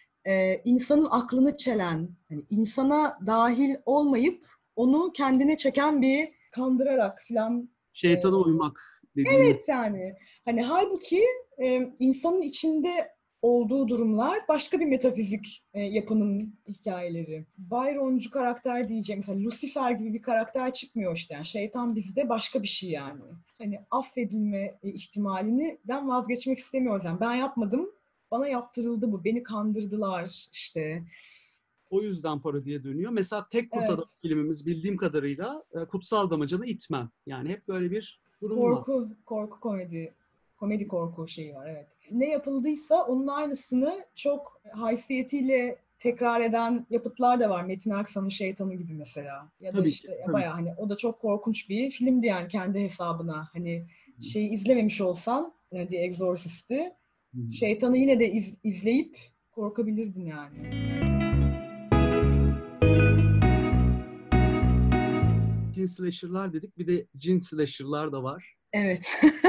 e, insanın aklını çelen, hani insana dahil olmayıp onu kendine çeken bir kandırarak falan. E, Şeytana uymak dediğimiz. evet yani hani halbuki e, insanın içinde olduğu durumlar başka bir metafizik e, yapının hikayeleri. Byroncu karakter diyeceğim. Mesela Lucifer gibi bir karakter çıkmıyor işte. Yani şeytan bizde başka bir şey yani. Hani affedilme ihtimalinden vazgeçmek istemiyoruz. Yani ben yapmadım. Bana yaptırıldı bu. Beni kandırdılar işte. O yüzden parodiye dönüyor. Mesela tek kurt adam Evet. filmimiz bildiğim kadarıyla e, Kutsal Damacanı itmem. Yani hep böyle bir durum var. Korku, korku komedi, komedi korku şeyi var, evet. Ne yapıldıysa onun aynısını çok haysiyetiyle tekrar eden yapıtlar da var. Metin Aksan'ın Şeytanı gibi mesela. Ya da Tabii ki, işte ya tabii ki. bayağı hani o da çok korkunç bir filmdi yani kendi hesabına. Hani şeyi izlememiş olsan, yani The Exorcist'i, Hı hı. Şeytanı yine de iz, izleyip korkabilirdin yani. Teen slasher'lar dedik. Bir de cin slasher'lar da var. Evet.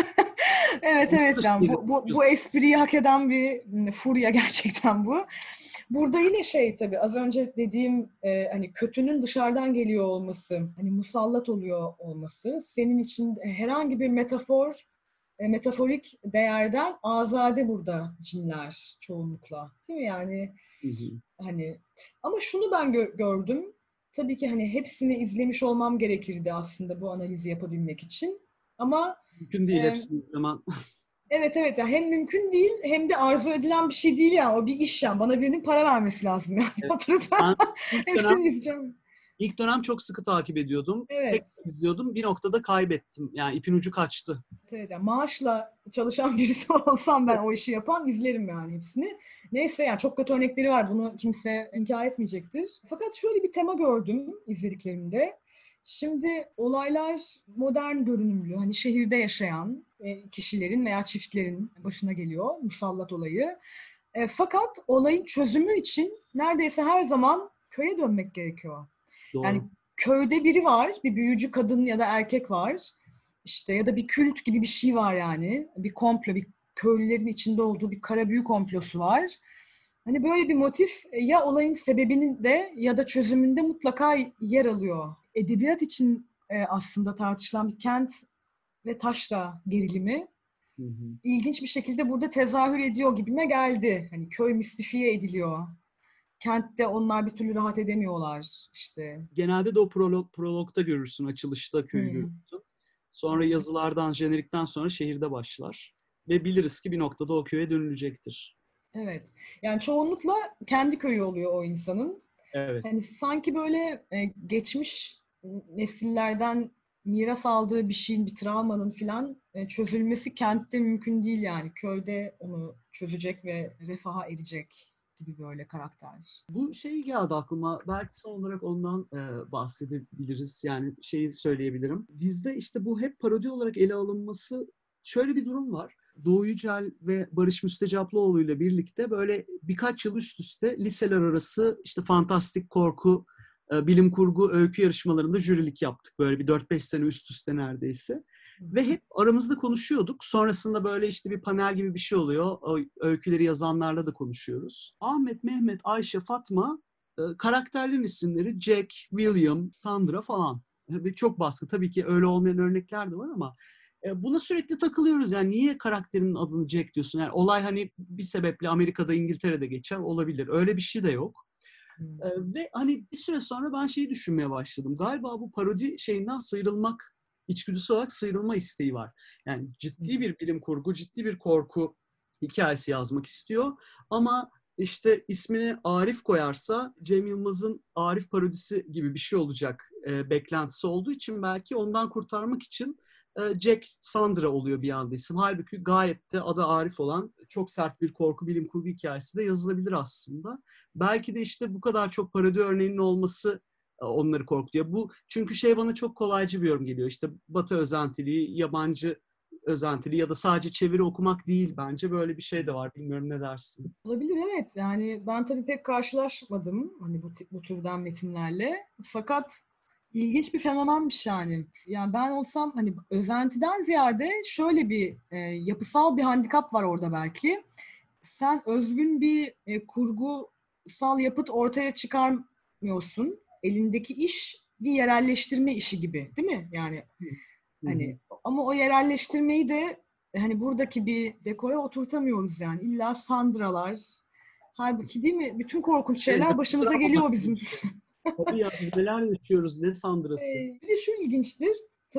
Evet evet yani bu, bu, bu espriyi hak eden bir furya gerçekten bu. Burada yine şey tabii az önce dediğim e, hani kötünün dışarıdan geliyor olması, hani musallat oluyor olması senin için herhangi bir metafor, e, metaforik değerden azade burada cinler çoğunlukla. Değil mi yani? Hı hı. Hani ama şunu ben gö- gördüm. Tabii ki hani hepsini izlemiş olmam gerekirdi aslında bu analizi yapabilmek için. Ama Mümkün değil e, hepsini izlemen. evet evet ya hem mümkün değil hem de arzu edilen bir şey değil yani o bir iş yani bana birinin para vermesi lazım yani Evet. oturup Ben ilk dönem hepsini izleyeceğim. ilk dönem çok sıkı takip ediyordum. Tek Evet. izliyordum. Bir noktada kaybettim. Yani ipin ucu kaçtı. Evet yani maaşla çalışan birisi olsam ben o işi yapan izlerim yani hepsini. Neyse yani çok kötü örnekleri var bunu kimse inkar etmeyecektir. Fakat şöyle bir tema gördüm izlediklerimde. Şimdi olaylar modern görünümlü hani şehirde yaşayan e, kişilerin veya çiftlerin başına geliyor musallat olayı. E, fakat olayın çözümü için neredeyse her zaman köye dönmek gerekiyor. Yani Doğru. köyde biri var, bir büyücü kadın ya da erkek var. İşte ya da bir kült gibi bir şey var yani. Bir komplo, bir köylülerin içinde olduğu bir kara büyü komplosu var. Hani böyle bir motif ya olayın sebebinin de ya da çözümünde mutlaka yer alıyor. Edebiyat için e, aslında tartışılan bir kent ve taşra gerilimi Hı hı. ilginç bir şekilde burada tezahür ediyor gibime geldi. Hani köy mistifiye ediliyor. Kentte onlar bir türlü rahat edemiyorlar işte. Genelde de o prolog, prologda görürsün. Açılışta köyü Hmm. görürsün. Sonra Evet. yazılardan, jenerikten sonra şehirde başlar. Ve biliriz ki bir noktada o köye dönülecektir. Evet. Yani çoğunlukla kendi köyü oluyor o insanın. Evet. Hani sanki böyle e, geçmiş nesillerden miras aldığı bir şeyin, bir travmanın filan e, çözülmesi kentte mümkün değil yani. Köyde onu çözecek ve refaha erecek gibi böyle karakter. Bu şey geldi aklıma. Belki son olarak ondan e, bahsedebiliriz. Yani şeyi söyleyebilirim. Bizde işte bu hep parodi olarak ele alınması şöyle bir durum var. Doğu Yücel ve Barış Müstecaplıoğlu ile birlikte böyle birkaç yıl üst üste liseler arası işte fantastik korku, e, bilim kurgu öykü yarışmalarında jürilik yaptık. Böyle bir dört beş sene üst üste neredeyse. Ve hep aramızda konuşuyorduk. Sonrasında böyle işte bir panel gibi bir şey oluyor. O öyküleri yazanlarla da konuşuyoruz. Ahmet, Mehmet, Ayşe, Fatma e, karakterlerin isimleri Jack, William, Sandra falan. Ve çok baskı. Tabii ki öyle olmayan örnekler de var ama e, buna sürekli takılıyoruz. Yani niye karakterinin adını Jack diyorsun? Yani olay hani bir sebeple Amerika'da, İngiltere'de geçer olabilir. Öyle bir şey de yok. Hmm. E, ve hani bir süre sonra ben şeyi düşünmeye başladım. Galiba bu parodi şeyinden sıyrılmak, içgüdüsü olarak sıyrılma isteği var. Yani ciddi bir bilim kurgu, ciddi bir korku hikayesi yazmak istiyor. Ama işte ismini Arif koyarsa Cem Yılmaz'ın Arif parodisi gibi bir şey olacak e, beklentisi olduğu için belki ondan kurtarmak için e, Jack Sandra oluyor bir anda isim. Halbuki gayet de adı Arif olan çok sert bir korku bilim kurgu hikayesi de yazılabilir aslında. Belki de işte bu kadar çok parodi örneğinin olması e, onları korkutuyor. Bu çünkü şey bana çok kolaycı bir yorum geliyor. İşte Batı özentiliği, yabancı özentiliği ya da sadece çeviri okumak değil bence. Böyle bir şey de var. Bilmiyorum ne dersin? Olabilir evet. Yani ben tabii pek karşılaşmadım hani bu, bu türden metinlerle. Fakat ilginç bir fenomenmiş yani. Yani ben olsam hani özentiden ziyade şöyle bir e, yapısal bir handikap var orada belki. Sen özgün bir e, kurgusal yapıt ortaya çıkarmıyorsun. Elindeki iş bir yerelleştirme işi gibi, değil mi? Yani Hı hı. hani ama o yerelleştirmeyi de hani buradaki bir dekora oturtamıyoruz yani. İlla sandralar. Halbuki değil mi? Bütün korkunç Evet, şeyler hafif başımıza travma geliyor gibi bizim. bir şey. Tabii ya biz neler yaşıyoruz, ne sandrası. Ee, Bir de şu ilginçtir.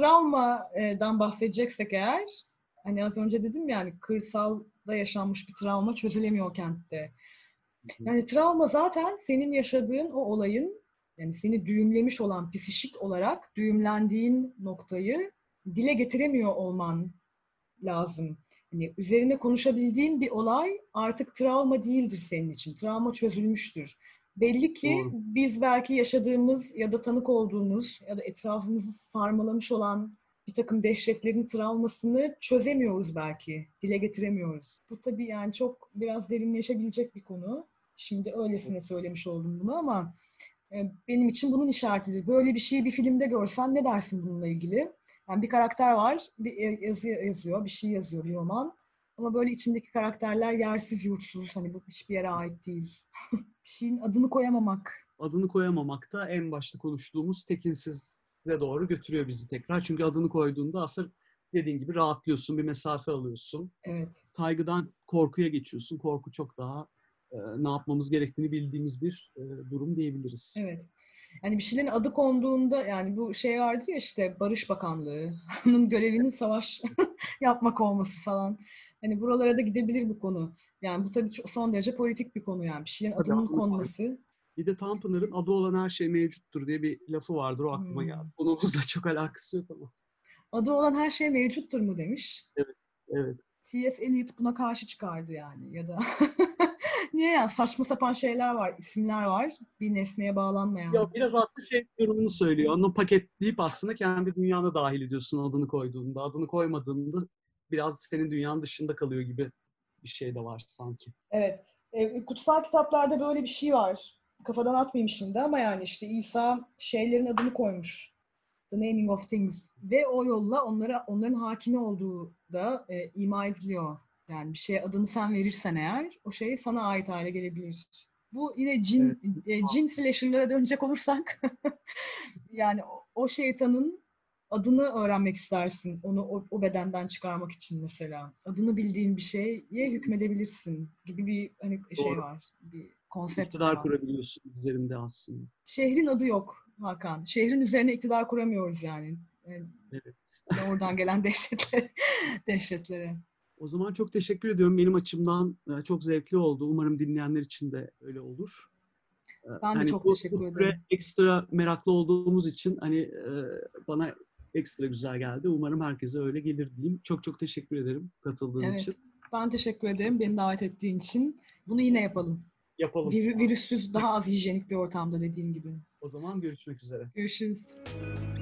Travmadan bahsedeceksek eğer, hani az önce dedim yani kırsalda yaşanmış bir travma çözülemiyor kentte. Hı hı. Yani travma zaten senin yaşadığın o olayın yani seni düğümlemiş olan psişik olarak düğümlendiğin noktayı dile getiremiyor olman lazım. Hani üzerine konuşabildiğin bir olay artık travma değildir senin için. Travma çözülmüştür. Belli ki Doğru. biz belki yaşadığımız ya da tanık olduğumuz ya da etrafımızı sarmalamış olan bir takım dehşetlerin travmasını çözemiyoruz belki. Dile getiremiyoruz. Bu tabii yani çok biraz derinleşebilecek bir konu. Şimdi öylesine söylemiş oldum bunu ama e, benim için bunun işaretidir. Böyle bir şeyi bir filmde görsen ne dersin bununla ilgili? Yani bir karakter var, bir yazı yazıyor, bir şey yazıyor, bir roman. Ama böyle içindeki karakterler yersiz, yurtsuz. Hani bu hiçbir yere ait değil. Bir şeyin adını koyamamak. Adını koyamamak da en başta konuştuğumuz tekinsize doğru götürüyor bizi tekrar. Çünkü adını koyduğunda aslında dediğin gibi rahatlıyorsun, bir mesafe alıyorsun. Evet. Kaygıdan korkuya geçiyorsun. Korku çok daha e, ne yapmamız gerektiğini bildiğimiz bir e, durum diyebiliriz. Evet. Yani bir şeylerin adı konduğunda yani bu şey vardı ya işte Barış Bakanlığı'nın görevinin savaş yapmak olması falan. Hani buralara da gidebilir bu konu. Yani bu tabii çok- son derece politik bir konu yani. Bir şeyin Tabii adının adını koy. konması. Bir de Tanpınar'ın adı olan her şey mevcuttur diye bir lafı vardır. O aklıma geldi. Hmm. Konumuzla çok alakası yok ama. Adı olan her şey mevcuttur mu demiş. Evet, evet. T S. Eliot buna karşı çıkardı yani ya da niye yani saçma sapan şeyler var, isimler var bir nesneye Ya bağlanmayan. biraz aslında şey durumunu söylüyor. Onu paketleyip aslında kendi dünyana dahil ediyorsun adını koyduğunda. Adını koymadığında biraz senin dünyanın dışında kalıyor gibi bir şey de var sanki. Evet. E, kutsal kitaplarda böyle bir şey var. Kafadan atmayayım şimdi ama yani işte İsa şeylerin adını koymuş. The naming of things. Ve o yolla onlara onların hakimi olduğu da e, ima ediliyor. Yani bir şeye adını sen verirsen eğer o şey sana ait hale gelebilir. Bu yine Evet. cin e, cin slasher'lara dönecek olursak yani o, o şeytanın adını öğrenmek istersin. Onu o, o bedenden çıkarmak için mesela. Adını bildiğin bir şeye hükmedebilirsin gibi bir hani şey Doğru. var. Bir konsept İktidar var. kurabiliyorsun üzerinde aslında. Şehrin adı yok Hakan. Şehrin üzerine iktidar kuramıyoruz yani. Yani Evet. oradan gelen dehşetlere. dehşetlere. O zaman çok teşekkür ediyorum. Benim açımdan e, çok zevkli oldu. Umarım dinleyenler için de öyle olur. E, Ben de Hani çok bu, bu teşekkür türe ederim. ekstra meraklı olduğumuz için hani e, bana ekstra güzel geldi. Umarım herkese öyle gelir diyeyim. Çok çok teşekkür ederim katıldığın için. Evet. Ben teşekkür ederim beni davet ettiğin için. Bunu yine yapalım. Yapalım. Vir- virüsüz, daha az hijyenik bir ortamda dediğim gibi. O zaman görüşmek üzere. Görüşürüz.